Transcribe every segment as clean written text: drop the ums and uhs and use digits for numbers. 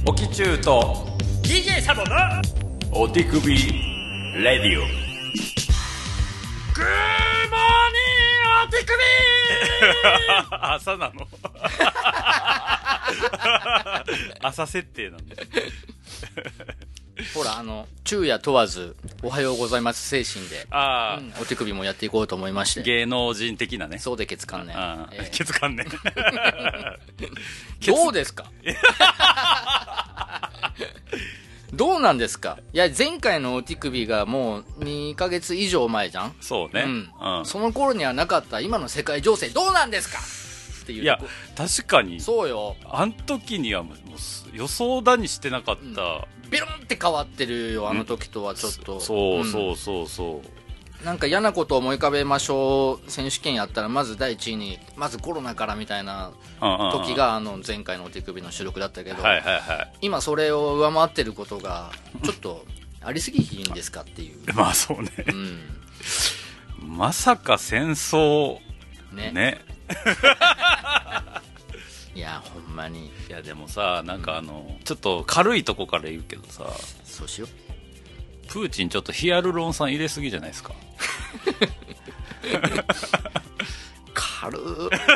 オキチューと DJ サボのお手首レディオ。 グーモーニングお手首朝なの朝設定なんだ。 ほら昼夜問わずおはようございます精神で、お手首もやっていこうと思いまして。 芸能人的なね。 そうでケツカンね、 ケツカンねどうですかどうなんですか。いや前回のお手首がもう2ヶ月以上前じゃん。 そうね、 その頃にはなかった今の世界情勢どうなんですかっていう。 いや確かにそうよ。 あん時にはもう予想だにしてなかった、 ビロンって変わってるよ、あの時とはちょっと。 そう、 なんか嫌なことを思い浮かべましょう選手権やったら、まず第一位にまずコロナからみたいな時が前回のお手首の収録だったけど、今それを上回ってることがちょっとありすぎひんですかっていうまあそうね、まさか戦争ねいやほんまに。 いやでもさ、なんかちょっと軽いとこから言うけどさ、 そうしよう。 プーチンちょっとヒアルロン酸入れすぎじゃないですか軽っ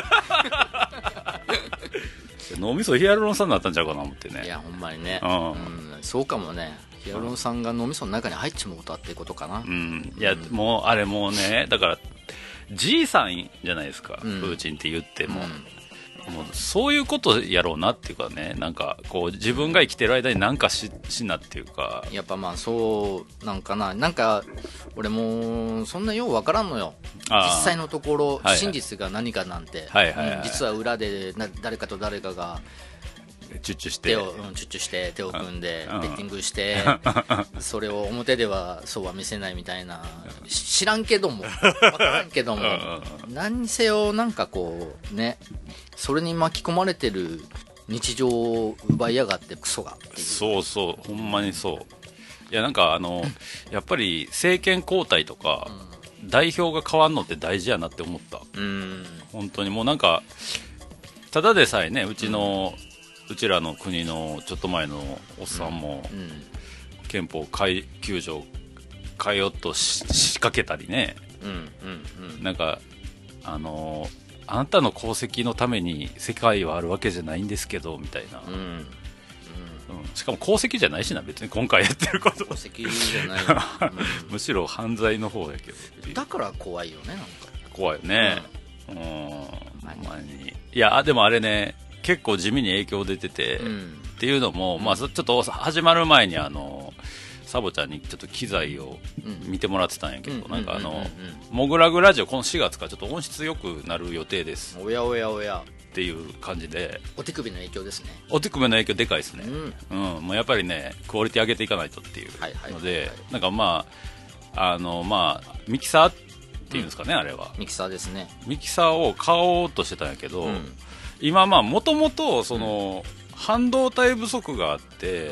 脳みそヒアルロン酸になったんちゃうかな思ってね。 いやほんまにね、そうかもね。ヒアルロン酸が脳みその中に入っちまうたってことかな。 いやもうあれもうね、だからじいさんじゃないですか、プーチンって言っても、もうそういうことやろうなっていうかね、なんかこう自分が生きてる間になんかしなっていうか。 やっぱまあそうなんかな。なんか俺もそんなようわからんのよ、実際のところ、真実が何かなんて。実は裏で誰かと誰かがチュッチュしてチュッチュして手を組んでベッティングしてそれを表ではそうは見せないみたいな、知らんけども分からんけども何にせよなんかこうね、それに巻き込まれてる日常を奪いやがってクソがっていう。 そうほんまにそう。いやなんかやっぱり政権交代とか、代表が変わんのって大事やなって思った。本当にもうなんかただでさえね、うちらの国のちょっと前のおっさんも、憲法9条変えようと仕掛けたりね、なんかあなたの功績のために世界はあるわけじゃないんですけどみたいな、しかも功績じゃないしな、別に今回やってること功績じゃないむしろ犯罪の方やけど、 だから怖いよね。なんか怖いよね。ほんまに。いやでもあれね、結構地味に影響出てて、っていうのも、まあ、ちょっと始まる前にサボちゃんにちょっと機材を見てもらってたんやけど、なんかモグラグラジオこの4月からちょっと音質良くなる予定ですおやっていう感じで。 お手首の影響ですね。 お手首の影響でかいですね。もうやっぱりねクオリティ上げていかないとっていうので、なんかまあミキサーっていうんですかね、あれはミキサーですね。 ミキサーを買おうとしてたんやけど、今もともとその半導体不足があって、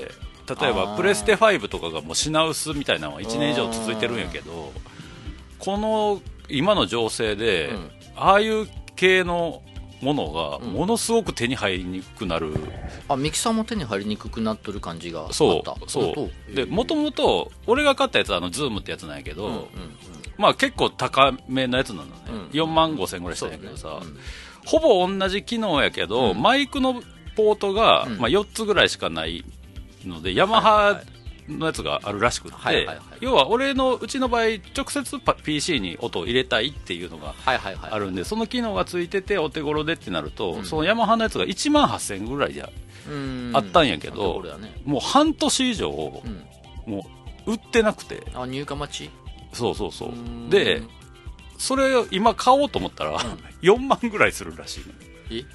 例えばプレステ5とかがもう品薄みたいなのは1年以上続いてるんやけど、この今の情勢で、ああいう系のものがものすごく手に入りにくくなる。 ミキサーも手に入りにくくなっとる感じがあった。 そうで、もともと俺が買ったやつはズームってやつなんやけど、まあ結構高めのやつなのね、4万5千ぐらいしたんやけどさ、ほぼ同じ機能やけど、マイクのポートが、4つぐらいしかないので、ヤマハのやつがあるらしくって、要はうちの場合直接PC に音を入れたいっていうのがあるんで、その機能がついててお手頃でってなると、そのヤマハのやつが1万8000円ぐらいであったんやけど、もう半年以上、もう売ってなくて。 入荷待ち。 そうで、それを今買おうと思ったら、4万ぐらいするらしい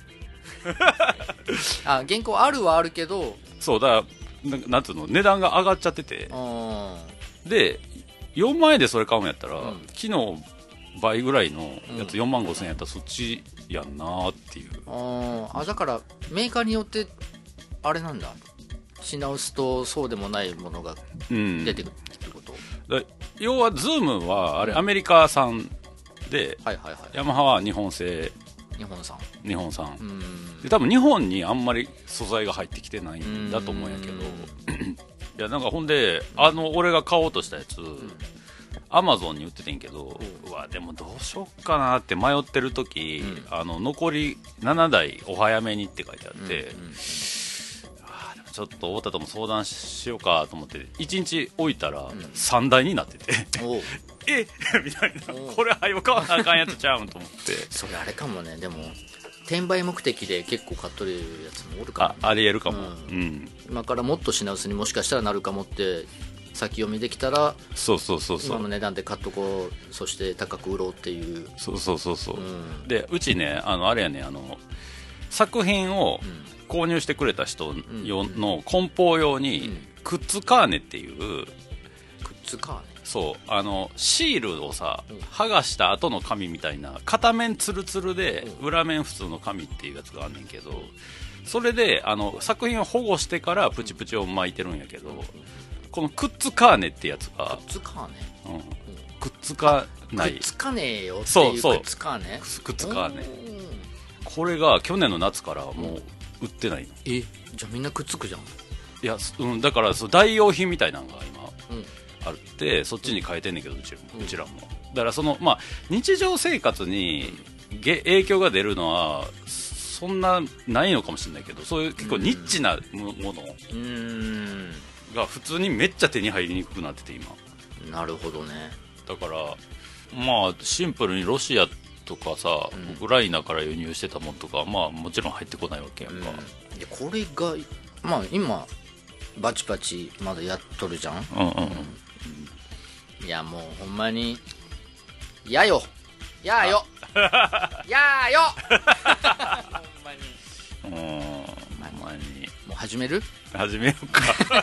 の。原稿あるはあるけど、 そうだから、なんていうの、値段が上がっちゃってて、で4万円でそれ買うんやったら、昨日倍ぐらいのやつ4万5千円やったらそっちやんなーっていう。 だからメーカーによってあれなんだ、品薄とそうでもないものが出てくるってこと。 要はズームはあれアメリカ産で、ヤマハは日本製日本産。 日本産で、多分日本にあんまり素材が入ってきてないんだと思うんやけどいやなんかほんで俺が買おうとしたやつ、アマゾンに売っててんけど、うわでもどうしよっかなって迷ってる時、残り7台お早めにって書いてあって、でもちょっと太田とも相談しようかと思って1日置いたら3台になっててえみたいな、これ早く買わなあかんやつちゃうんと思ってそれあれかもね。でも転売目的で結構買っとるやつもおるかも、 ありえるかも、 今からもっと品薄にもしかしたらなるかもって先読みできたら、 そう今の値段で買っとこう、そして高く売ろうっていう。 そう、でうちねあれやね作品を購入してくれた人用の梱包用にクッツカーネっていう、 クッツカーネ、 そうシールをさ、剥がした後の紙みたいな片面ツルツルで裏面普通の紙っていうやつがあんねんけど、それで作品を保護してからプチプチを巻いてるんやけど、このクッツカーネってやつがクッツカーネ、 くっつかない、 くっつかねえよっていう、 そうくっつかね、 くっつかね、これが去年の夏からもう売ってないの。 じゃあみんなくっつくじゃん。 いや、だから代用品みたいなのが今あって、そっちに変えてんねんけど、うちらもだから日常生活に影響が出るのはそんなないのかもしれないけど、そういう結構ニッチなものが普通にめっちゃ手に入りにくくなってて今。 なるほどね。だからシンプルにロシアとかさ、ウクライナから輸入してたもんとかもちろん入ってこないわけやんか。 いやこれが今バチバチまだやっとるじゃん。いやもうほんまにやよやよやよほんまにもう始めようか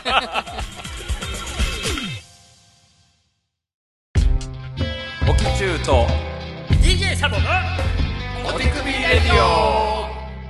オキチューと DJ サボのお手首レディオ。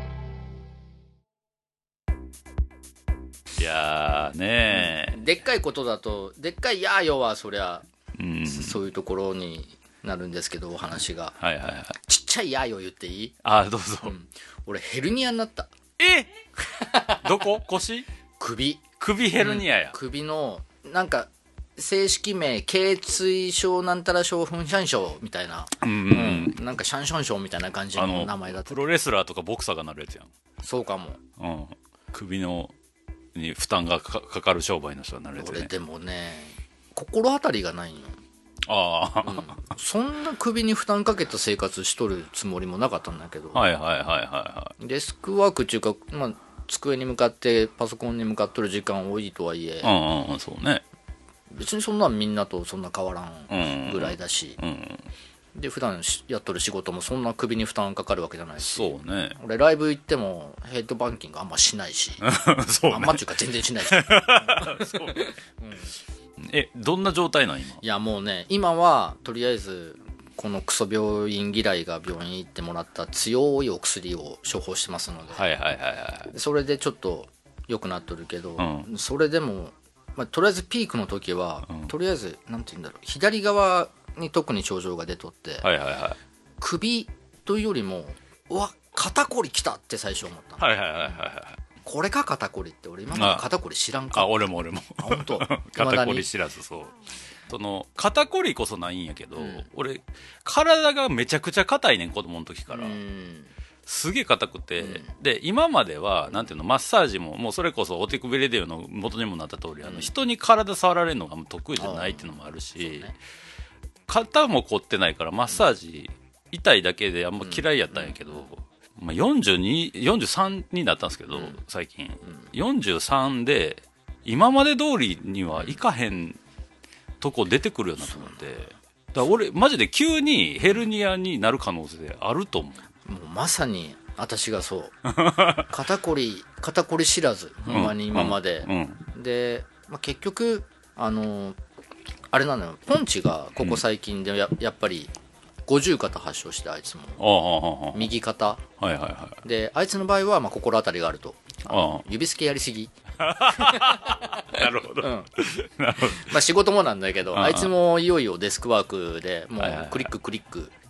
いやーねでっかいことだと、でっかいやーよはそりゃ、そういうところになるんですけど、お話が、ちっちゃいやーよ言っていい？ どうぞ。 俺ヘルニアになった。 どこ？腰？首ヘルニアや。 首のなんか正式名頸椎症なんたら症粉シャン症みたいな、なんかシャンション症みたいな感じの名前だった。 プロレスラーとかボクサーがなるやつやん。 そうかも。 首に負担がかかる商売の人がなるやつね。 俺でもね、心当たりがないの。そんな首に負担かけた生活しとるつもりもなかったんだけど、デスクワークっていうか、机に向かってパソコンに向かっとる時間多いとはいえ、 そうね、 別にそんなんみんなとそんな変わらんぐらいだし、で普段やっとる仕事もそんな首に負担かかるわけじゃないし、 そうね、 俺ライブ行ってもヘッドバンキングあんましないしそう、ね、 あんまっていうか全然しないしそう、どんな状態なん今？ いやもうね、今はとりあえずこのクソ病院嫌いが病院行ってもらった強いお薬を処方してますので、それでちょっと良くなっとるけど、それでも、とりあえずピークの時は、とりあえずなんて言うんだろう、左側に特に症状が出とって、首というよりも肩こりきたって最初思った。これか肩こりって。俺今まで肩こり知らんか。 俺も本当肩こり知らず。その肩こりこそないんやけど、俺体がめちゃくちゃ硬いねん、子供の時から。すげえ硬くて、で今まではなんていうの、マッサージもうそれこそお手首レディオの元にもなった通り、人に体触られるのが得意じゃないっていうのもあるし、肩も凝ってないからマッサージ痛いだけであんま嫌いやったんやけど、43になったんですけど、最近、43で今まで通りにはいかへんとこ出てくるようなと思って、だから俺マジで急にヘルニアになる可能性あると思う。 もうまさに私がそう肩こり知らず、ほんまに今まで、で、結局あれなのよ、ポンチがここ最近でやっぱり50肩発症して、あいつも右肩で、あいつの場合は心当たりがあると、指すけやりすぎなるほど、 仕事もなんだけど、あいつもいよいよデスクワークでもうクリック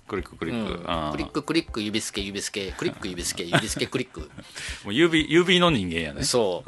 クリッククリック、 クリッククリック指付け指付けクリック指付け指付けクリックもう指の人間やね。 そう、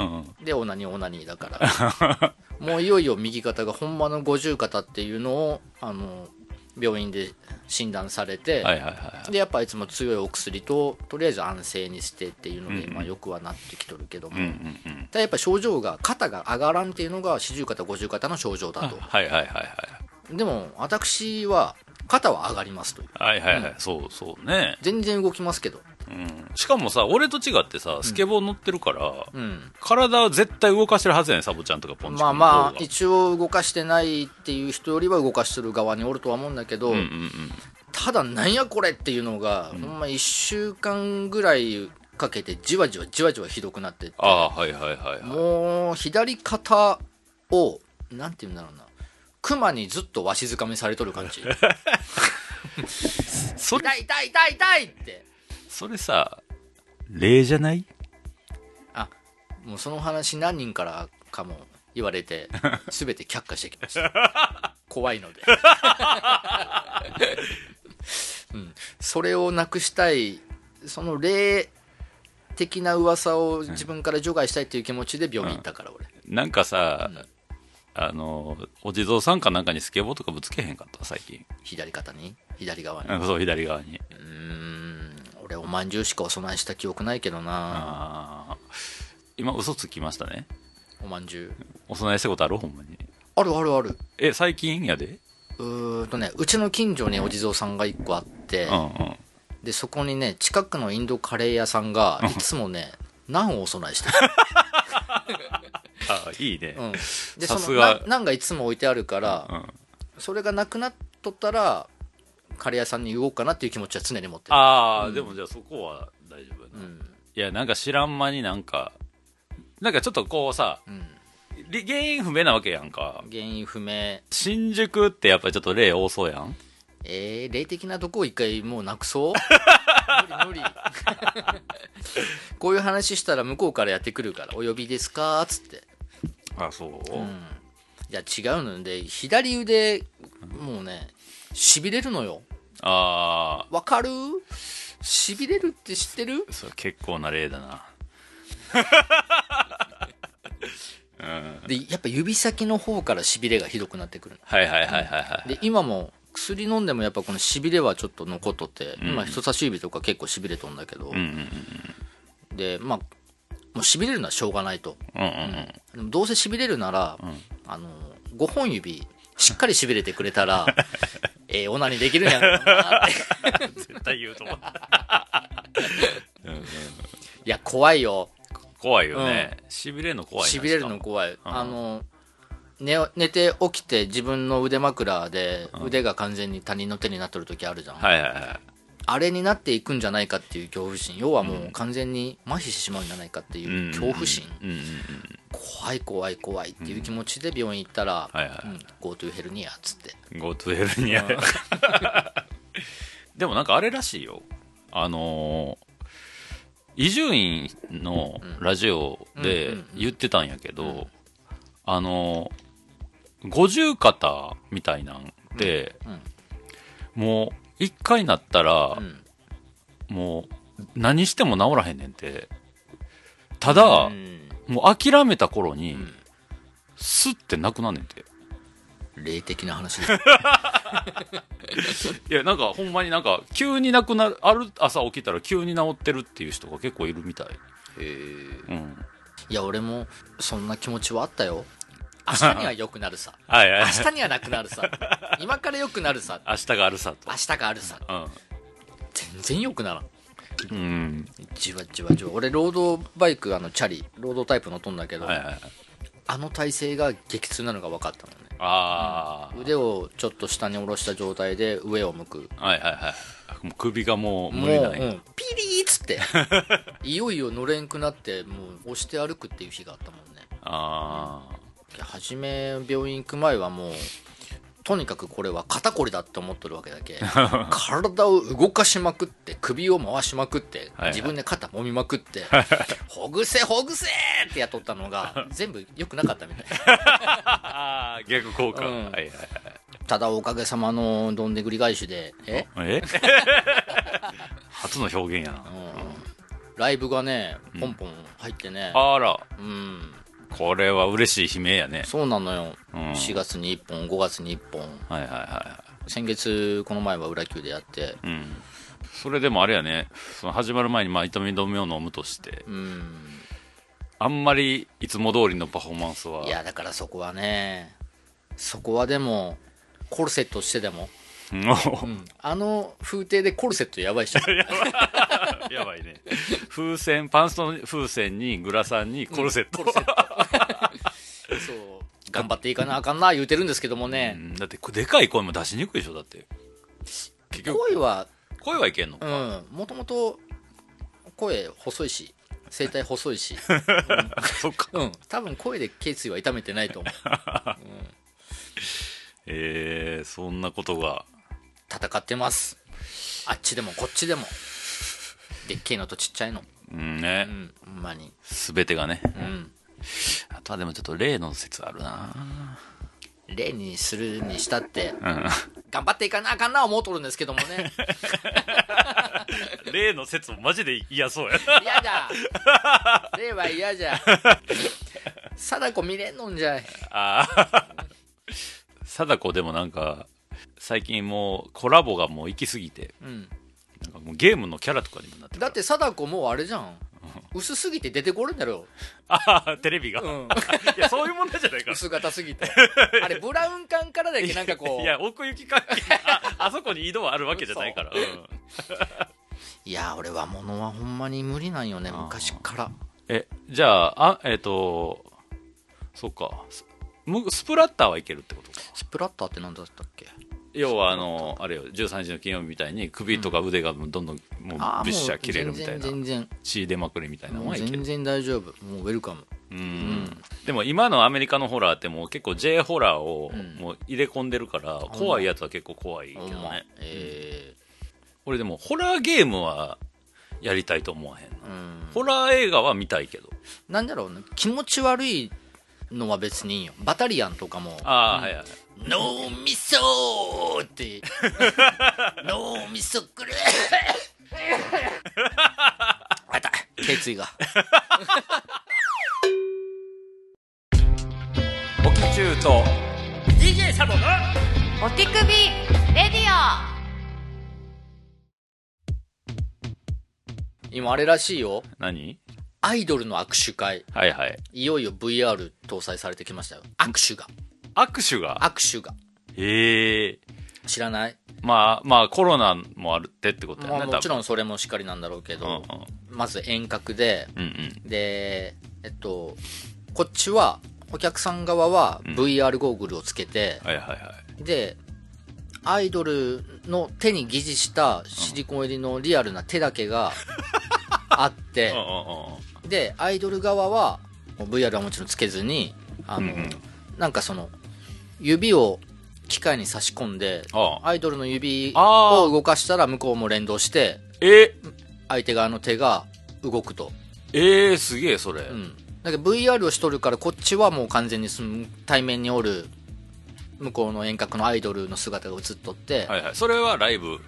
でオナニーだからもういよいよ右肩が本場の五十肩っていうのを病院で診断されて、でやっぱいつも強いお薬ととりあえず安静にしてっていうので、まあ、よくはなってきとるけども、ただやっぱ症状が肩が上がらんっていうのが四十肩五十肩の症状だと。でも私は肩は上がりますという。 そうね。 全然動きますけど、 しかもさ、俺と違ってさ、スケボー乗ってるから、体は絶対動かしてるはずやねん、サボちゃんとかポンチ君の方が。 まあ一応動かしてないっていう人よりは動かしてる側におるとは思うんだけど、ただなんやこれっていうのが、ほんま1週間ぐらいかけてじわじわひどくなってって、もう左肩をなんていうんだろうな、クマにずっとわしづかみされとる感じ痛いって。 それさ、例じゃない？ もうその話何人からかも言われて全て却下してきました怖いのでそれをなくしたい、その霊的な噂を自分から除外したいっていう気持ちで病院行ったから、俺なんかさ、お地蔵さんかなんかにスケボーとかぶつけへんかった最近。 左肩に左側に。 そう、左側に。 俺おまんじゅうしかお供えした記憶ないけどな。 今嘘つきましたね。 おまんじゅうお供えしたことある？ほんまに。 ある。 最近やで？ うちの近所にお地蔵さんが1個あって、でそこにね近くのインドカレー屋さんがいつもねナンをお供えしてるいいね、 でそのナンがいつも置いてあるから、それがなくなっとったらカレー屋さんに言おうかなっていう気持ちは常に持ってる。 でもじゃあそこは大丈夫やな、いやなんか知らん間になんかちょっとこうさ、原因不明なわけやんか。 原因不明。 新宿ってやっぱりちょっと例多そうやん。 霊的なとこを一回もうなくそう無理こういう話したら向こうからやってくるから、お呼びですかっつって。 そう、 いや違うので、左腕もうねしびれるのよ。わかる？しびれるって知ってる？ それ結構な例だなでやっぱ指先の方からしびれがひどくなってくる。で今も薬飲んでもやっぱこのしびれはちょっと残っとって、今人差し指とか結構しびれとんだけど、でまあもうしびれるのはしょうがないと、でもどうせしびれるなら、5本指しっかりしびれてくれたらオナニーできるんやろうなって絶対言うと思ういや怖いよね、しびれるの怖いな。 しびれるの怖い、寝て起きて自分の腕枕で腕が完全に他人の手になっとる時あるじゃん、あれになっていくんじゃないかっていう恐怖心、要はもう完全に麻痺してしまうんじゃないかっていう恐怖心、怖いっていう気持ちで病院行ったら、GoTo ヘルニアっつって。 GoTo ヘルニアでもなんかあれらしいよ、伊集院のラジオで言ってたんやけど、五十肩みたいなんで、もう一回なったら、もう何しても治らへんねんて。ただ、もう諦めた頃に、スッてなくなんねんて。 霊的な話いやなんかほんまになんか急になくなる、ある朝起きたら急に治ってるっていう人が結構いるみたい。 いや俺もそんな気持ちはあったよ。明日には良くなるさ明日にはなくなるさ今から良くなるさ、 明日があるさと、 明日があるさ、全然良くならん。じわ俺ロードバイクチャリロードタイプ乗っとんだけど、体勢が激痛なのが分かったのね。腕をちょっと下に下ろした状態で上を向く。 もう首がもう無理ない、 ピリーっつっていよいよ乗れんくなって、もう押して歩くっていう日があったもんね。初め病院行く前はもうとにかくこれは肩こりだって思ってるわけだけ体を動かしまくって首を回しまくって、自分で肩揉みまくってほぐせってやっとったのが全部良くなかったみたい逆効果、 ただおかげさまのどんでぐり返しで初の表現やな、 ライブがねポンポン入ってね、 あら、 これは嬉しい悲鳴やね。 そうなのよ、4月に1本5月に1本、 はいはいはい、 先月この前は裏級でやって、 それでもあれやね、その始まる前に痛み止めを飲むとして、あんまりいつも通りのパフォーマンスは。 いやだからそこはでもコルセットしてでも、あの風景でコルセットやばいっしょやばいね。パンストの風船にグラサンにコルセット、そう頑張っていかなあかんな言うてるんですけどもね、 だってでかい声も出しにくいでしょ。だって結局声はいけんのか、もともと声細いし声帯細いしそっか、 多分声で頸椎は痛めてないと思うそんなことが戦ってます。あっちでもこっちでも、でっけえのとちっちゃいの、ほんまに全てがね、あとはでもちょっと例の説あるな。 例にするにしたって、頑張っていかなあかんな思うとるんですけどもね例の説もマジで嫌そうや。 嫌だ、例は嫌じゃ。貞子見れんのんじゃい。 貞子でもなんか最近もうコラボがもう行き過ぎて、なんかもうゲームのキャラとかにもなってる。 だって貞子もうあれじゃん、薄すぎて出てこれんだろ。 テレビが、いやそういう問題じゃないから。 薄型すぎてあれブラウン管からだけなんかこう、 いや奥行き関係あそこに井戸はあるわけじゃないから。 いや俺は物はほんまに無理なんよね、昔から。 じゃあそっか、スプラッターはいけるってことか。 スプラッターって何だったっけ。 要はあれよ、13日の金曜日みたいに首とか腕がどんどんもうブッシャー切れるみたいな、 全然血出まくりみたいなもんはいける。 全然大丈夫、もうウェルカム。 でも今のアメリカのホラーってもう結構 J ホラーをもう入れ込んでるから、怖いやつは結構怖いけどね。俺でもホラーゲームはやりたいと思わへん、ホラー映画は見たいけど、 なんだろうね、気持ち悪いのは別にいいよ。バタリアンとかも、 はいはい、 脳みそーって脳みそくれあた頸椎がオキチューと DJ サボのお手首レディオ。 今あれらしいよ、 何、 アイドルの握手会、 はいはい、 いよいよ VR 搭載されてきましたよ。握手が知らない。 まあコロナもあるってことやね、 もちろんそれもしっかりなんだろうけど、まず遠隔で、でこっちはお客さん側は VR ゴーグルをつけて、でアイドルの手に疑似したシリコン入りのリアルな手だけがあってでアイドル側は VR はもちろんつけずになんかその指を機械に差し込んでアイドルの指を動かしたら向こうも連動して相手側の手が動くと。 すげえそれ、 だけど VR をしとるからこっちはもう完全に対面におる向こうの遠隔のアイドルの姿が映っとって、 それはライブ、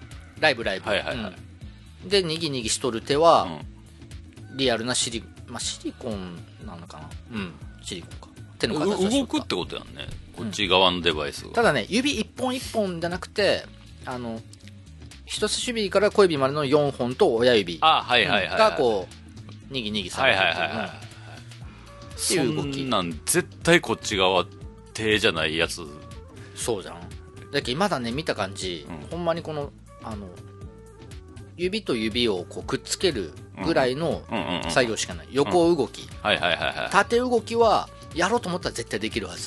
でにぎにぎしとる手は、リアルなシリコンなのかな、シリコンか、手の形動くってことやんね、こっち側のデバイスが。 ただね、指一本一本じゃなくて人差し指から小指までの4本と親指がこうにぎにぎされるっていう動き。 そんなん絶対こっち側手じゃないやつ。 そうじゃん。だけどまだね見た感じ、ほんまにこの指と指をこうくっつけるぐらいの作業しかない。横動き、縦動きはやろうと思ったら絶対できるはず。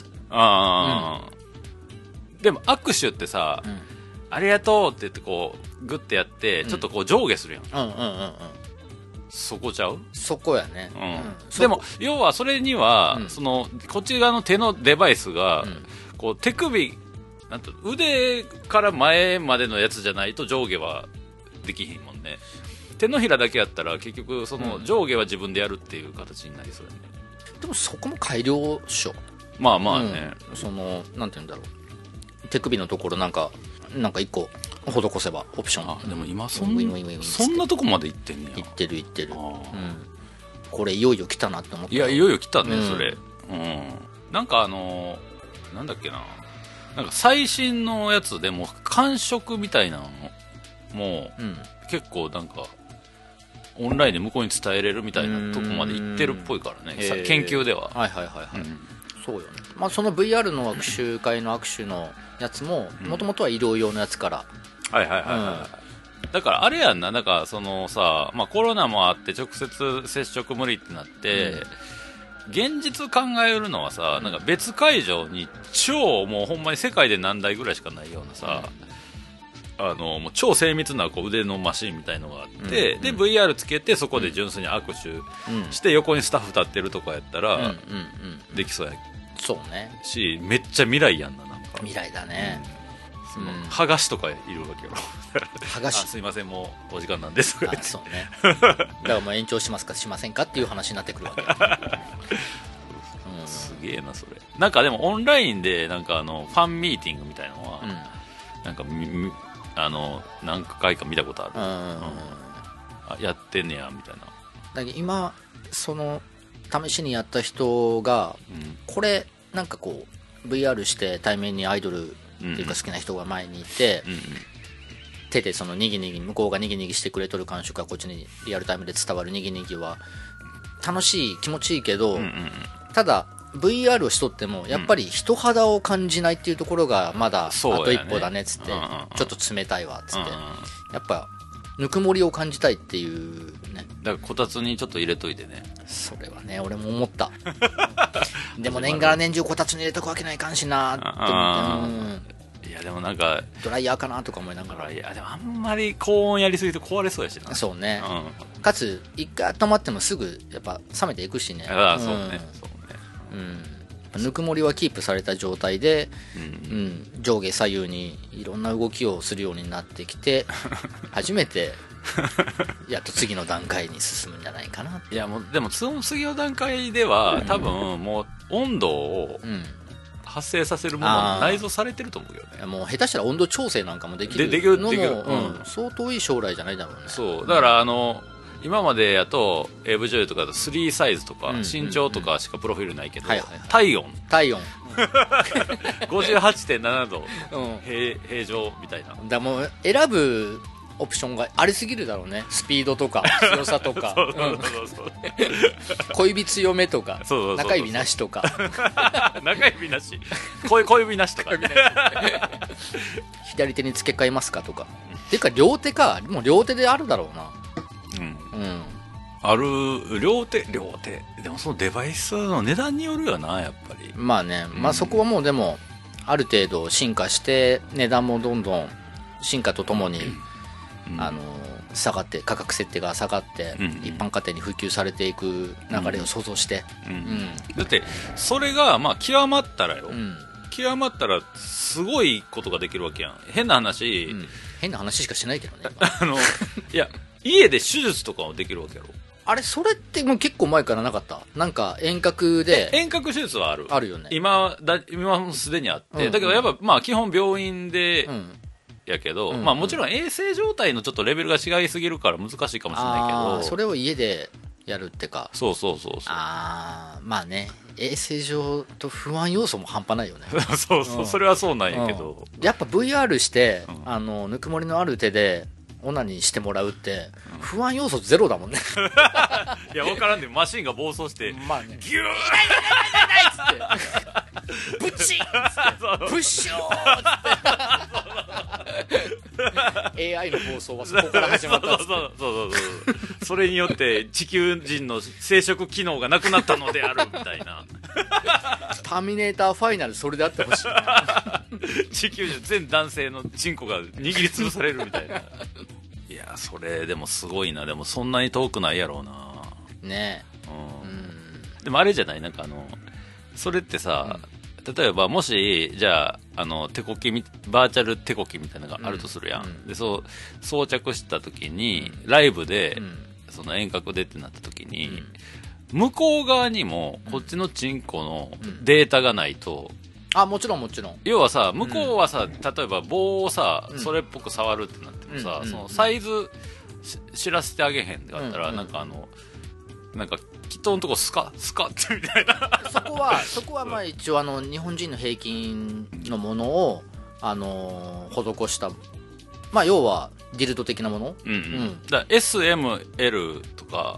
でも握手ってさ、ありがとうって言ってこうグッてやってちょっとこう上下するやん。そこちゃう？ そこやね。 でも要はそれにはそのこっち側の手のデバイスがこう手首なんと腕から前までのやつじゃないと上下はできひんもんね。手のひらだけやったら結局その上下は自分でやるっていう形になりそうやね。 でもそこも改良っしょ。 まあね、 そのなんていうんだろう、 手首のところなんか一個施せばオプション。 あ、でも今そんなとこまで行ってんねや。 行ってる。これいよいよ来たなって思った。 いや、いよいよ来たね、それ。なんかなんだっけな。なんか最新のやつでも感触みたいなのも、結構なんか、オンラインで向こうに伝えれるみたいなとこまで行ってるっぽいからね、研究では。 はい。そうよね。まあその VR の握手会の握手のやつも、もともとは医療用のやつから。 だからあれやんな、なんかそのさ、まあコロナもあって直接接触無理ってなって、現実考えるのはさ、なんか別会場にもうほんまに世界で何台ぐらいしかないようなさ、もう超精密なこう腕のマシンみたいのがあって、で VR つけてそこで純粋に握手して横にスタッフ立ってるとかやったらできそうやそうねし、めっちゃ未来やんな、なんか未来だね。 剥がしとかいるわけよ。 剥がしすいません、もうお時間なんですとか言って。 そうね。だからもう延長しますかしませんかっていう話になってくるわけ。 すげえなそれ。なんかでもオンラインでなんかファンミーティングみたいなのは、なんか何回か見たことある。やってんねやみたいな。 だけど今その試しにやった人が、これなんかこう VR して対面にアイドルっていうか好きな人が前にいて、手でそのにぎにぎ向こうがにぎにぎしてくれとる感触がこっちにリアルタイムで伝わるにぎにぎは楽しい気持ちいいけど、ただ VR をしとってもやっぱり人肌を感じないっていうところがまだあと一歩だねっつって、ちょっと冷たいわっつって、やっぱぬくもりを感じたいっていうね。 だからこたつにちょっと入れといてね。 それはね俺も思った。でも年がら年中こたつに入れとくわけないかんしなって思って、 いやでもなんかドライヤーかなとか思いながら。 いやでもあんまり高温やりすぎて壊れそうやしな。 そうね、かつ一回温まってもすぐやっぱ冷めていくしね。 そうね。 ぬくもりはキープされた状態で、上下左右にいろんな動きをするようになってきて初めてやっと次の段階に進むんじゃないかな。 いやもうでも次の段階では多分もう温度を発生させるものが内蔵されてると思うよね。 もう下手したら温度調整なんかもできるのも相当いい将来じゃないだろうね。 そうだから今までやと AV 女優とかだと3サイズとか身長とかしかプロフィールないけど、体温 58.7 度平常みたいな。 だもう選ぶオプションがありすぎるだろうね。スピードとか強さとか小指強めとか中指なしとか中指なし小指なしとか左手に付け替えますかとか、っていうか両手か、もう両手であるだろうな。 ある両手でもそのデバイスの値段によるよなやっぱり。 まあね、まあそこはもうでもある程度進化して値段もどんどん進化とともに下がって、価格設定が下がって、一般家庭に普及されていく流れを想像して、 だってそれがまあ極まったらよ、極まったらすごいことができるわけやん。変な話、 変な話しかしないけどねいや家で手術とかもできるわけやろ。 あれそれってもう結構前からなかった？なんか遠隔で遠隔手術はあるよね。 今もすでにあって、だけどやっぱまあ基本病院で、やけど、まあもちろん衛生状態のちょっとレベルが違いすぎるから難しいかもしれないけど、 それを家でやるってか。 そうまあね、衛生上と不安要素も半端ないよねそれはそうなんやけど、 やっぱ VR して、ぬくもりのある手でオナニーしてもらうって不安要素ゼロだもんねいや分からんで、マシンが暴走してまあね、 ギューッブチップッショーって AI の暴走はそこから始まったっつって、 それによって地球人の生殖機能がなくなったのであるみたいなターミネーターファイナルそれであってほしい地球人全男性のチンコが握りつぶされるみたいな。いやそれでもすごいな。でもそんなに遠くないやろうなね。 でもあれじゃない、なんかそれってさ、例えばもしじゃあ手こきバーチャル手こきみたいなのがあるとするやん、でそう装着した時に、ライブで、その遠隔でってなった時に、向こう側にもこっちのチンコのデータがないと、 あ、もちろんもちろん。 要はさ、向こうはさ、例えば棒をさ、それっぽく触るってなってもさ、そのサイズ知らせてあげへんってなったら、なんかきっとのとこスカってみたいな。 そこはまあ一応日本人の平均のものを施した、まあ要はディルド的なもの。 だから S、M、L とか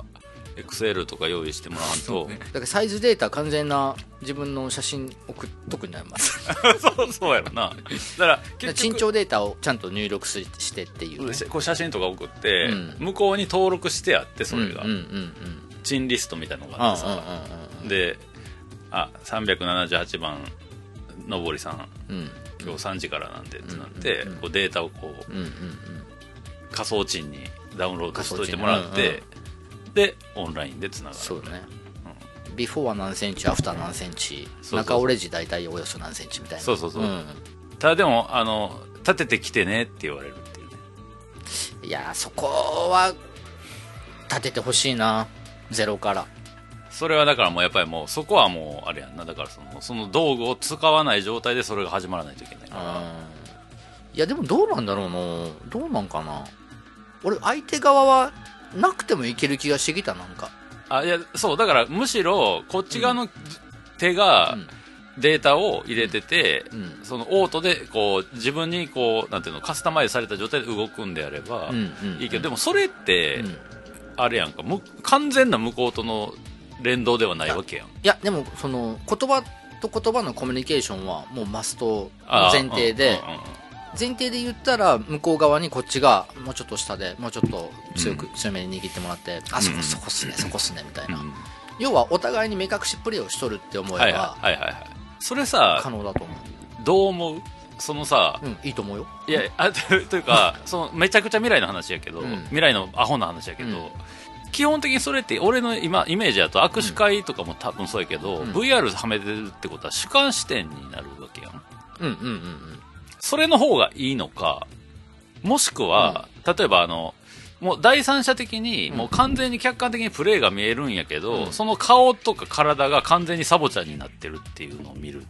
XL とか用意してもらわんと、 だからサイズデータ完全な自分の写真送っとくになります。 そうやろな。だから身長データをちゃんと入力してっていう、ね、 こう写真とか送って、向こうに登録してやって、それがチンリストみたいなのがあってさ、で、378番のぼりさん、今日3時からなんでってなって、こうデータをこう、仮想チンにダウンロードしといてもらって、でオンラインでつながる。 そうね、ビフォーは何センチ、アフター何センチ、中折れ時大体およそ何センチみたいな。 そう、ただでも立ててきてねって言われるっていうね。 いやそこは立ててほしいな、ゼロから。 それはだからもうやっぱりもうそこはもうあれやんな。だからその道具を使わない状態でそれが始まらないといけないから。 いやでもどうなんだろうな、どうなんかな。俺相手側はなくてもいける気がしてきた。なんかいやそうだからむしろこっち側の手がデータを入れてて、そのオートでこう自分にこうなんていうのカスタマイズされた状態で動くんであればいいけど、でもそれってあれやんか、完全な向こうとの連動ではないわけやん。いやでもその言葉と言葉のコミュニケーションはもうマスト前提で、前提で言ったら向こう側にこっちがもうちょっと下でもうちょっと強めに握ってもらって、そこっすねみたいな、要はお互いに目隠しプレーをしとるって思えば、 それさ可能だと思う。 どう思う？そのさ、 いいと思うよ。 いやというかそのめちゃくちゃ未来の話やけど、未来のアホな話やけど、基本的にそれって俺の今イメージだと握手会とかも多分そうやけど、VR はめてるってことは主観視点になるわけやん。それの方がいいのか、もしくは、例えばもう第三者的にもう完全に客観的にプレーが見えるんやけど、その顔とか体が完全にサボちゃんになってるっていうのを見る。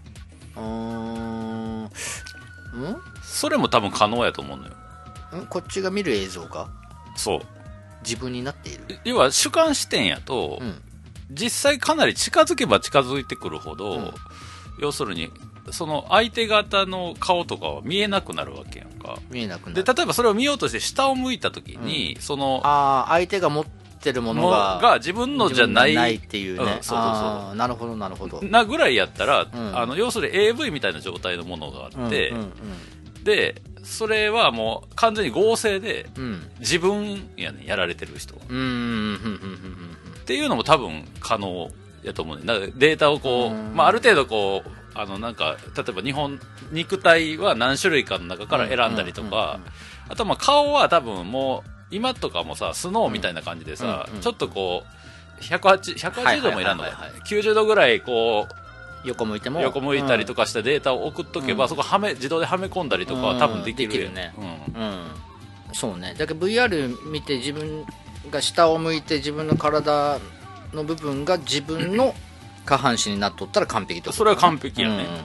それも多分可能やと思うのよ。 こっちが見る映像がそう自分になっている。 要は主観視点やと、実際かなり近づけば近づいてくるほど、要するにその相手方の顔とかは見えなくなるわけやんか。 見えなくなる。 で例えばそれを見ようとして下を向いた時に、その相手が持ってるものが自分のじゃないっていうね。なるほどなぐらいやったら、要するに AV みたいな状態のものがあって、でそれはもう完全に合成で、自分やね、やられてる人っていうのも多分可能やと思うね。だからデータをこう、ある程度こうなんか例えば肉体は何種類かの中から選んだりとか、あとは顔は多分もう今とかもさスノーみたいな感じでさ、ちょっとこう180度もいらんのか、90度ぐらいこう横向いたりとかしたデータを送っとけば、そこ自動ではめ込んだりとかは多分できるね。そうね。だけど VR 見て自分が下を向いて自分の体の部分が自分の下半身になっとったら完璧ってこと。 それは完璧やね。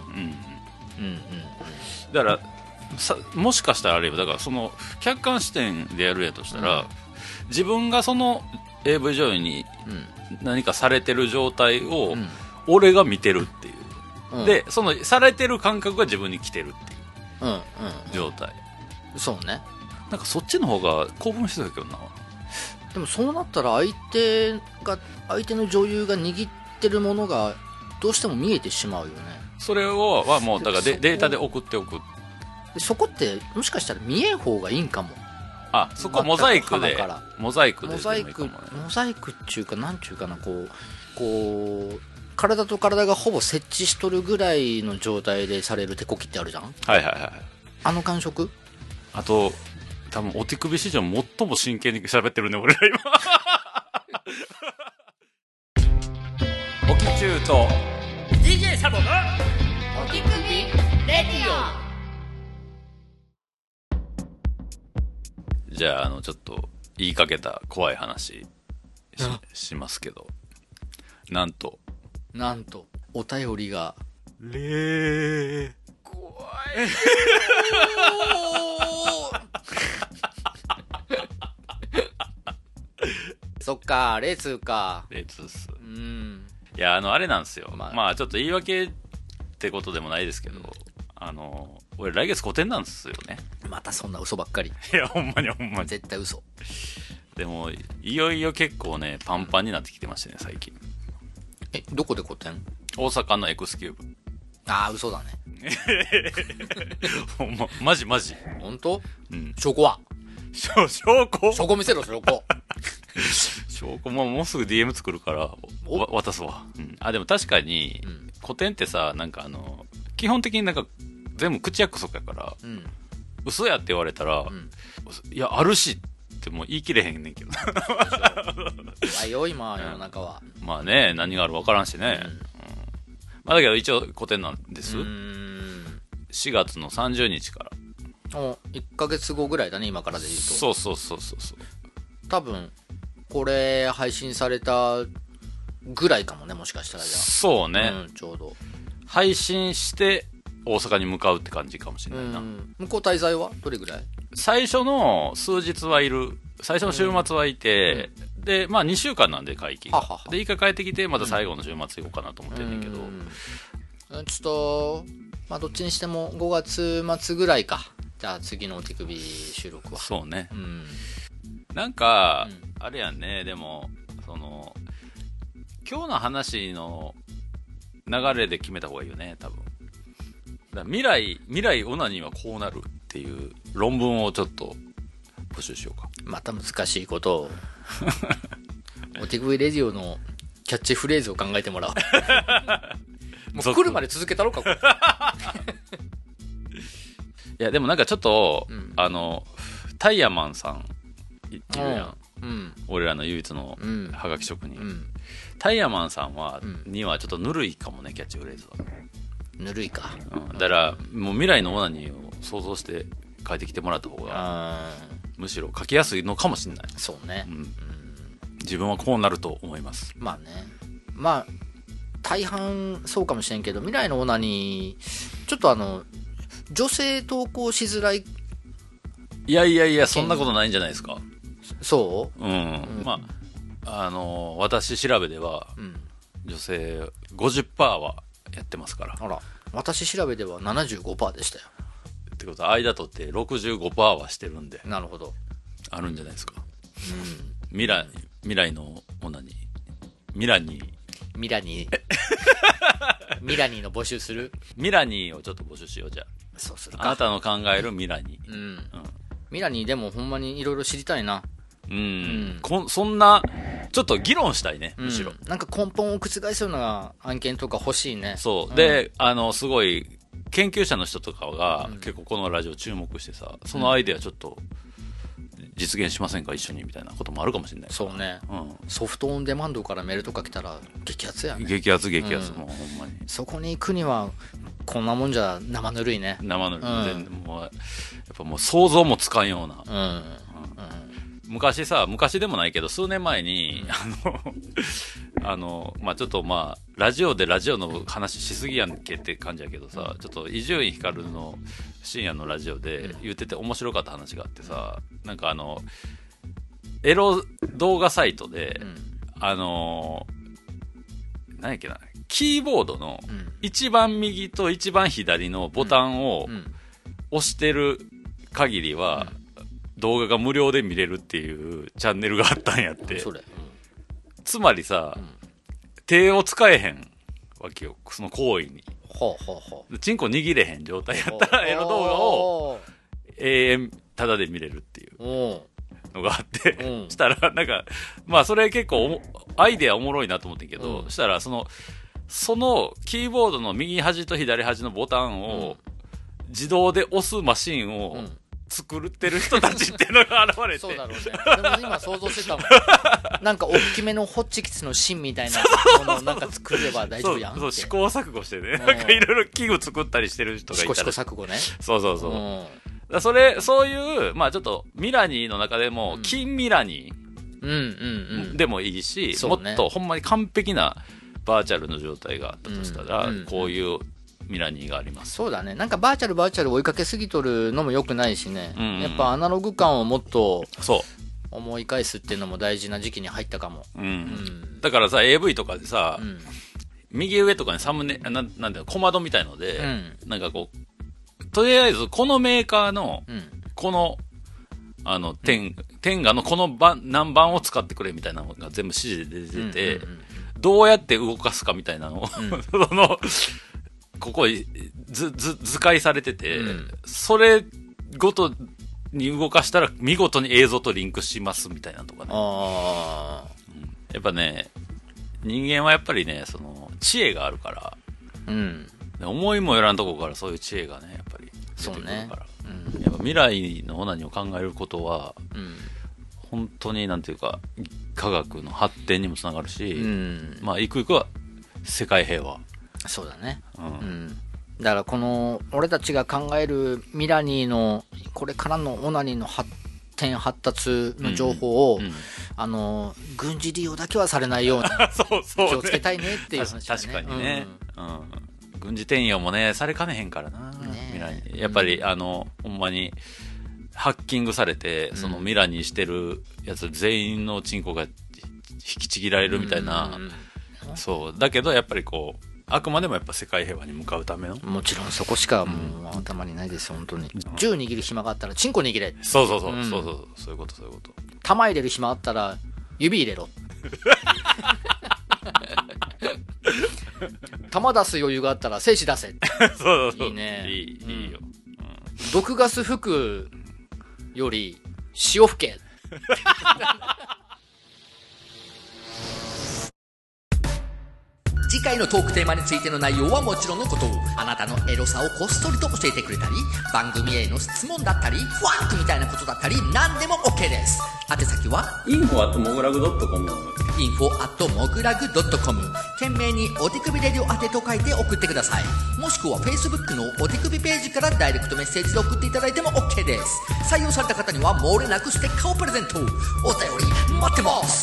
だからもしかしたらあればだからその客観視点でやるやとしたら、自分がその AV 女優に何かされてる状態を俺が見てるっていう、でそのされてる感覚が自分に来てるっていう状態。 そうね。 なんかそっちの方が興奮してたけどな。 でもそうなったら相手の女優が握ってるものがどうしても見えてしまうよね。 それはもうだからデータで送っておく。 そこってもしかしたら見えん方がいいんかも。 そこモザイクでモザイクっていうかなんちゅうかな、こう体と体がほぼ接地しとるぐらいの状態でされる手こきってあるじゃん。あの感触。 あと多分お手首史上最も真剣に喋ってるね俺ら今。おきちゅうと DJ サボのお手首レディオ。 じゃあちょっと言いかけた怖い話 しますけど、なんとお便りがれー。 怖い。そっか、レーツーか。 レーツーっす。 うん。 いや、あれなんですよ。 まあまあ、ちょっと言い訳ってことでもないですけど、俺来月個展なんですよね。 またそんな嘘ばっかり。 いや、ほんまにほんまに。 絶対嘘。 でも、いよいよ結構ね、パンパンになってきてましてね、最近。 どこで個展？ 大阪のエクスキューブ。 ああ、嘘だね。 ほんま、マジ。 本当？ うん。 証拠は？ 証拠証拠見せろ、証拠。 証拠もうすぐ DM 作るから渡すわ。うん。あ、でも確かに、個展ってさ、なんか基本的になんか全部口約束やから、嘘やって言われたら、いや、あるしってもう言い切れへんねんけど。 怖いよ、今、世の中は。 まあね、何があるわからんしね。まあだけど一応個展なんです。4月の30日から。 1ヶ月後ぐらいだね、今からで言うと。 そう。 多分、これ配信されたぐらいかもね、もしかしたらじゃあ。 そうね。 ちょうど。 配信して大阪に向かうって感じかもしれないな。 向こう滞在はどれぐらい？ 最初の数日はいる。最初の週末はいて、で、まあ2週間なんで会期が。で、一回帰ってきて、また最後の週末行こうかなと思ってんねんけど。 ちょっと、まあどっちにしても5月末ぐらいか。じゃあ次のお手首収録は。 そうね。なんか、あれやんね、でも、今日の話の流れで決めた方がいいよね、多分。だ未来オナニーはこうなるっていう論文をちょっと募集しようか。 また難しいことを。お手首レディオのキャッチフレーズを考えてもらおう。もう来るまで続けたろか、これ。 いや、でもなんかちょっと、タイヤマンさんいるやん。俺らの唯一のハガキ職人。タイヤマンさんにはちょっとぬるいかもね、キャッチフレーズは。 ぬるいか。 だから、もう未来のオナニーを想像して書いてきてもらった方が、むしろ書きやすいのかもしれない。 そうね。 自分はこうなると思います。 まあね。まあ、大半そうかもしれんけど、未来のオナニー、ちょっと女性投稿しづらい。 いや、そんなことないんじゃないですか。 そう？ まあ、私調べでは、女性 50% はやってますから。 あら、私調べでは 75% でしたよ。 ってことは、間取って 65% はしてるんで。 なるほど。 あるんじゃないですか。未来のオナニー。ミラニーの募集する？ ミラニーをちょっと募集しよう、じゃあ。 そうするか。 あなたの考えるミラニー。 ミラニーでもほんまにいろいろ知りたいな。 そんな、ちょっと議論したいね、むしろ。 なんか根本を覆すような案件とか欲しいね。 そう。で、すごい、研究者の人とかが、結構このラジオ注目してさ、そのアイデアちょっと、実現しませんか一緒にみたいなこともあるかもしれない。 そうね。ソフトオンデマンドからメールとか来たら、激アツやね。 激アツ、もうほんまに。 そこに行くには、こんなもんじゃ生ぬるいね。 生ぬるい。全然もう、やっぱもう想像もつかんような。昔でもないけど、数年前に、まあちょっとまあ、ラジオの話しすぎやんけって感じやけどさ、ちょっと伊集院光の深夜のラジオで言ってて面白かった話があってさ、なんかエロ動画サイトで、何やっけな、キーボードの一番右と一番左のボタンを押してる限りは、動画が無料で見れるっていうチャンネルがあったんやって。つまりさ、手を使えへんわけよ、その行為に。チンコ握れへん状態やったらエロ動画を永遠タダで見れるっていうのがあって、したらなんか、まあそれ結構アイデアおもろいなと思ってんけど、したらそのキーボードの右端と左端のボタンを自動で押すマシンを作ってる人たちっていうのが現れて。 そうだろうね。でも今想像してたもん。なんか大きめのホッチキスの芯みたいなものをなんか作れば大丈夫やんって。 そう、試行錯誤してね。なんかいろいろ器具作ったりしてる人がいたら。 試行錯誤ね。 そう。そういう、まあちょっとミラニーの中でも、近ミラニーでもいいし、もっとほんまに完璧なバーチャルの状態があったとしたら、こういうミラニーがあります。 そうだね。なんかバーチャル追いかけすぎとるのも良くないしね、 うんうん、 やっぱアナログ感をもっとそう思い返すっていうのも大事な時期に入ったかも。 うん。だからさ、AV とかでさ、右上とかにサムネ、なんていうの、小窓みたいので、なんかこう、とりあえずこのメーカーの、この、テンガのこの何番を使ってくれみたいなのが全部指示で出てて、どうやって動かすかみたいなのを、ここ図解されてて、それごとに動かしたら見事に映像とリンクしますみたいなとかね。やっぱね、人間はやっぱりね、その、知恵があるから、思いもよらんとこからそういう知恵がね、やっぱり出てくるから。やっぱ未来のオナニーを考えることは、本当になんていうか、科学の発展にもつながるし、まあ、ゆくゆくは世界平和。 そうだね。だからこの、俺たちが考えるミラニーの、これからのオナニーの発達の情報を、軍事利用だけはされないように気をつけたいねっていう話だね。 確かにね。軍事転用もね、されかねへんからな。ミラニー。やっぱり、ほんまに、ハッキングされて、そのミラにしてるやつ全員のチンコが引きちぎられるみたいな、そう。だけどやっぱりこう、あくまでもやっぱ世界平和に向かうための。 もちろんそこしかもう頭にないですよ、本当に。銃握る暇があったらチンコ握れ。 そういうこと。 弾入れる暇あったら指入れろ。弾出す余裕があったら精子出せ。 そういいね。 いいよ。 毒ガス吹くより潮吹け。 次回のトークテーマについての内容はもちろんのこと、あなたのエロさをこっそりと教えてくれたり、番組への質問だったり、フワンクみたいなことだったり、何でも OK です。宛先は info@mogulag.com info@mogulag.com 懸命にお手首レディオ宛てと書いて送ってください。もしくは Facebook のお手首ページからダイレクトメッセージで送っていただいても OK です。採用された方には漏れなくステッカーをプレゼント。お便り待ってます。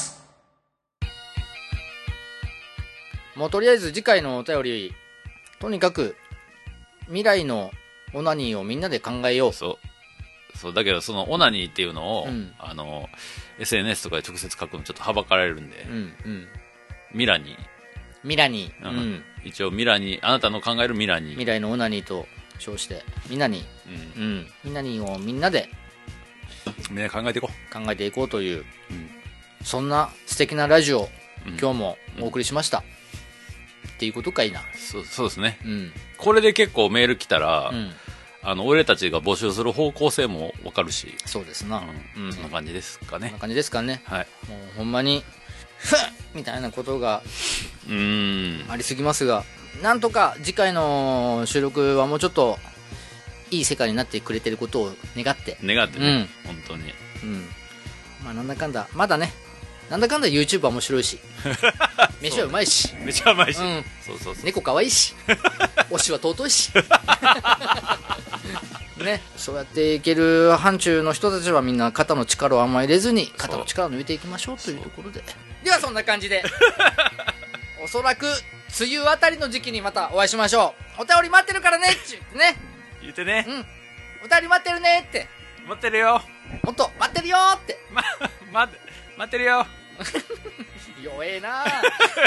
もうとりあえず次回のお便り、とにかく未来のオナニーをみんなで考えよう。 そうだけどそのオナニーっていうのを、SNS とかで直接書くのちょっとはばかられるんで、ミラニー、一応ミラニー、あなたの考えるミラニー、 未来のオナニーと称してミナニー、ミナニーをみんなで考えていこうという、そんな素敵なラジオを今日もお送りしました。っていうことかいな。 そうですね。これで結構メール来たら、俺たちが募集する方向性も分かるし。 そうですな。 そんな感じですかね。 そんな感じですかね。 はい。 もうほんまに、ふっみたいなことがありすぎますが、なんとか次回の収録はもうちょっといい世界になってくれてることを願ってね、本当に。 まあなんだかんだ、まだね、なんだかんだ YouTube は面白いし、飯はうまいし、 めちゃうまいし、そう猫かわいいし、推しは尊いし、ね、そうやっていける範疇の人たちはみんな肩の力をあんまり入れずに肩の力を抜いていきましょうというところで、ではそんな感じでおそらく梅雨あたりの時期にまたお会いしましょう。お便り待ってるからねってね、 言ってね、 お便り待ってるねって、 待ってるよ、 ほんと待ってるよって、 待ってるよ弱えなSee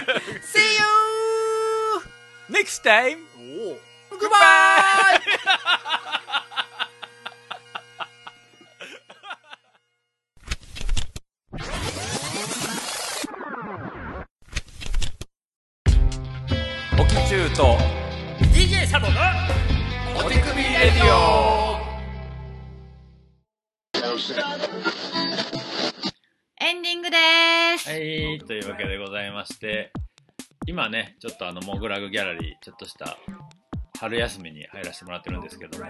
you next time Goodbye オキチューと DJ サボのお手首レディオ。 エンディングでーす。 はい、というわけでございまして、今ね、ちょっとモグラグギャラリー、ちょっとした春休みに入らせてもらってるんですけども、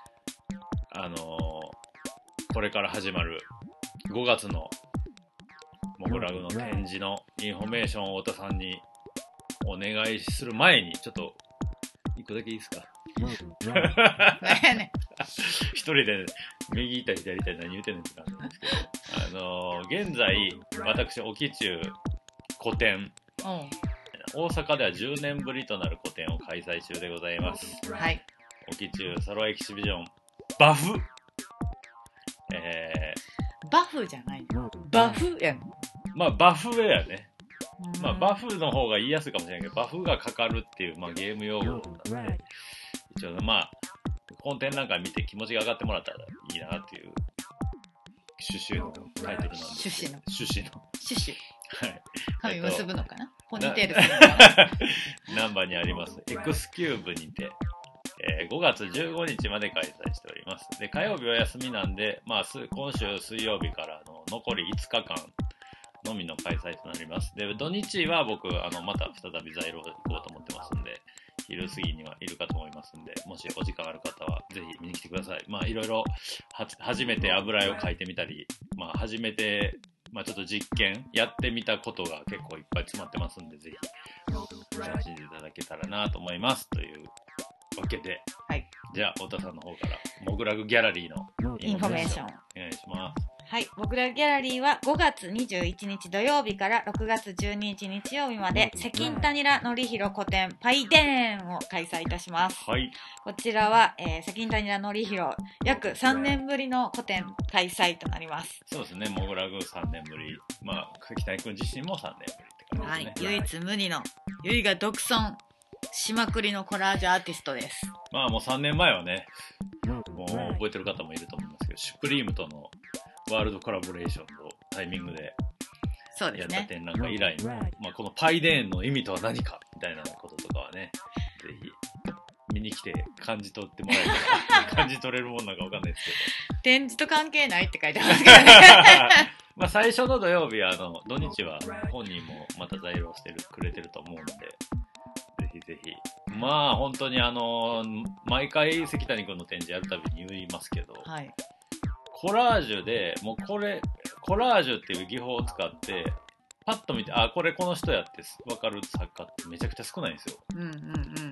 これから始まる5月のモグラグの展示のインフォメーションを太田さんにお願いする前に、ちょっと一個だけいいですか？一人で右行ったり左行ったり何言うてんのって感じなんですけど、現在私オキチュー個展大阪では10年ぶりとなる個展を開催中でございます。 はい。 沖中ソロエキシビジョンバフ、 バフじゃないの。バフやん。 まあバフやね。まあバフの方が言いやすいかもしれないけど、バフがかかるっていう、まあ、ゲーム用語なんで、一応まあ本展なんか見て気持ちが上がってもらったらいいなっていう趣旨のタイトルなんですけど。趣旨。はい。 髪結ぶのかな、ポニーテールするのかな難波にありますエクスキューブにて、5月15日まで開催しております。で、火曜日は休みなんで、まあ、今週水曜日からの残り5日間のみの開催となります。で、土日は僕、また再び在廊行こうと思ってますんで、昼過ぎにはいるかと思いますんで、もしお時間ある方はぜひ見に来てください。まあ、いろいろ、初めて油絵を描いてみたり、まあ、初めて、まあ、ちょっと実験やってみたことが結構いっぱい詰まってますんで、ぜひ楽しんでいただけたらなと思いますというわけで、 はい、 じゃあ太田さんの方からモグラグギャラリーのインフォメーションお願いします。 はい、モグラグギャラリーは5月21日土曜日から6月12日日曜日まで関谷良則弘個展パイデーンを開催いたします。 はい、 こちらは、関谷良則弘約3年ぶりの個展開催となります。 そうですね、モグラグ3年ぶり、まあ関谷君自身も3年ぶりって感じですね。 はい、唯一無二の唯我独尊しまくりのコラージュアーティストです。 まあもう3年前はね、もう覚えてる方もいると思いますけど、シュプリームとのワールドコラボレーションのタイミングでやった展覧会以来の、まあ、このパイデーンの意味とは何かみたいなこととかはね、ぜひ見に来て感じ取ってもらえたら感じ取れるもんなんかわかんないですけど、 展示と関係ないって書いてますけどねまあ最初の土曜日は土日は本人もまた在廊してくれてると思うので、ぜひまあ本当に毎回関谷君の展示やるたびに言いますけど、 はい、 コラージュでもうコラージュっていう技法を使ってパッと見て、あ、これこの人やって分かる作家ってめちゃくちゃ少ないんですよ。 うんうんうん。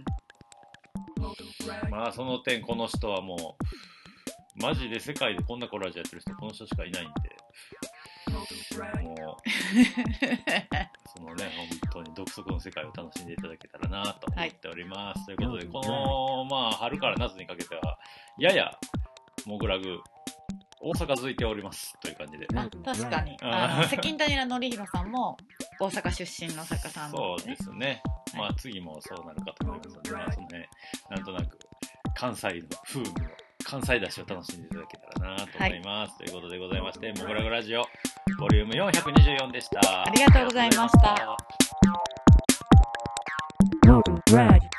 まあその点この人はもうマジで世界でこんなコラージュやってる人この人しかいないんで、もうそのね本当に独特の世界を楽しんでいただけたらなと思っております、はい、ということでこのまあ春から夏にかけてはややモグラグ大阪続いておりますという感じで、 あ、確かに関谷良則弘さんも大阪出身の作家さんで、ね、 そうですね、まあ次もそうなるかと思いますので、まあそのねなんとなく関西の風味の関西出しを楽しんでいただけたらなと思います、はい、ということでございまして、モグラグラジオボリューム424でした。 ありがとうございました。